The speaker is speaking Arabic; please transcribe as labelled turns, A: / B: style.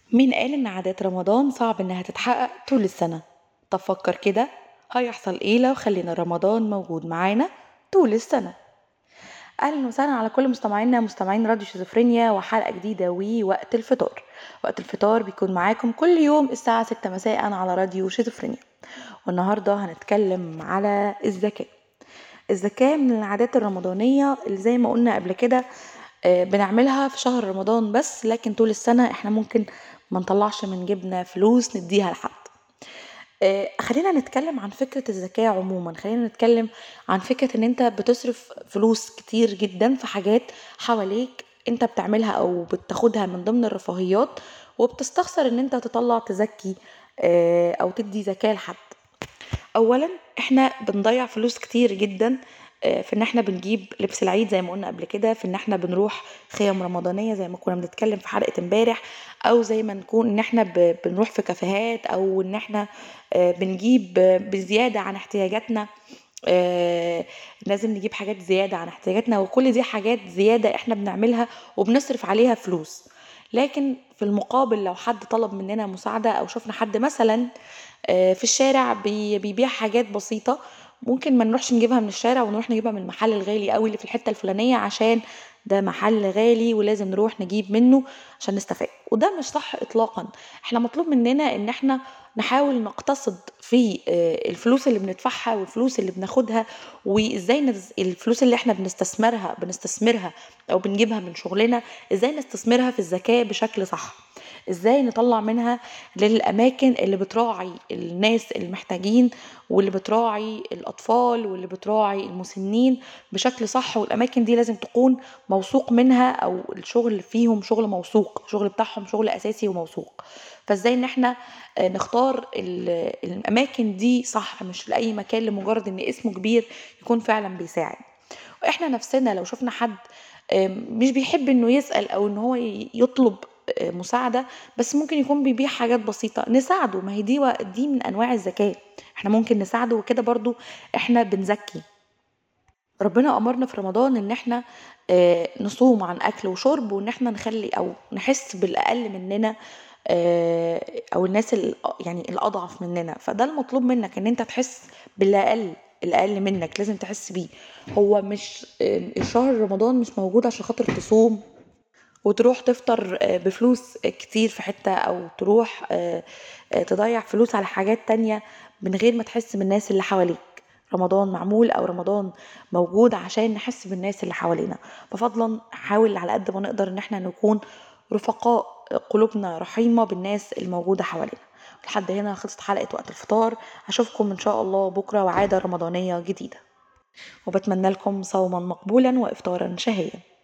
A: مين قال إن عادات رمضان صعب إنها تتحقق طول السنة؟ طب فكر كده، هيحصل إيه لو خلينا رمضان موجود معانا طول السنة؟ أهلا وسهلا على كل مستمعينا مستمعين راديو شيزوفرينيا وحلقة جديدة ووقت الفطار. وقت الفطار بيكون معاكم كل يوم الساعة 6 مساء على راديو شيزوفرينيا. والنهاردة هنتكلم على الزكاة. الزكاة من العادات الرمضانية اللي زي ما قلنا قبل كده، بنعملها في شهر رمضان بس، لكن طول السنة احنا ممكن ما نطلعش من جيبنا فلوس نديها لحد. خلينا نتكلم عن فكرة الزكاة عموما. خلينا نتكلم عن فكرة ان انت بتصرف فلوس كتير جدا في حاجات حواليك انت بتعملها او بتاخدها من ضمن الرفاهيات، وبتستخسر ان انت تطلع تزكي او تدي زكاة لحد. اولا احنا بنضيع فلوس كتير جدا في ان احنا بنجيب لبس العيد زي ما قلنا قبل كده، في ان احنا بنروح خيم رمضانية زي ما كنا بنتكلم في حلقة امبارح، او زي ما نكون ان احنا بنروح في كافيهات، او ان احنا بنجيب بزيادة عن احتياجاتنا. لازم نجيب حاجات زيادة عن احتياجاتنا، وكل دي حاجات زيادة احنا بنعملها وبنصرف عليها فلوس. لكن في المقابل لو حد طلب مننا مساعدة، او شفنا حد مثلا في الشارع بيبيع حاجات بسيطة، ممكن ما نروحش نجيبها من الشارع ونروح نجيبها من المحل الغالي قوي اللي في الحتة الفلانية، عشان ده محل غالي ولازم نروح نجيب منه عشان نستفاد. وده مش صح اطلاقا. احنا مطلوب مننا ان احنا نحاول نقتصد في الفلوس اللي بندفعها والفلوس اللي بناخدها، وازاي الفلوس اللي احنا بنستثمرها او بنجيبها من شغلنا، ازاي نستثمرها في الزكاة بشكل صح، ازاي نطلع منها للأماكن اللي بتراعي الناس المحتاجين، واللي بتراعي الأطفال، واللي بتراعي المسنين بشكل صح. والأماكن دي لازم تكون موثوق منها، أو الشغل فيهم شغل موثوق، الشغل بتاعهم شغل أساسي وموثوق. فازاي ان احنا نختار الأماكن دي صح، مش لأي مكان لمجرد ان اسمه كبير يكون فعلا بيساعد. واحنا نفسنا لو شفنا حد مش بيحب انه يسأل او ان هو يطلب مساعدة، بس ممكن يكون بيبيع حاجات بسيطة، نساعده. ما هي دي من انواع الزكاة، احنا ممكن نساعده وكده برضو احنا بنزكي. ربنا امرنا في رمضان ان احنا نصوم عن اكل وشرب، وان احنا نخلي او نحس بالاقل مننا، او الناس يعني الاضعف مننا. فده المطلوب منك، ان انت تحس بالاقل، الاقل منك لازم تحس بيه. هو مش الشهر رمضان مش موجود عشان خاطر تصوم وتروح تفطر بفلوس كتير في حتة، او تروح تضيع فلوس على حاجات تانية من غير ما تحس بالناس اللي حواليك. رمضان معمول، او رمضان موجود عشان نحس بالناس اللي حوالينا. ففضلا حاول على قد ما نقدر ان احنا نكون رفقاء، قلوبنا رحيمة بالناس الموجودة حوالينا. لحد هنا خلصت حلقة وقت الفطار. اشوفكم ان شاء الله بكرة وعادة رمضانية جديدة، وبتمنى لكم صوما مقبولا وافطارا شهيا.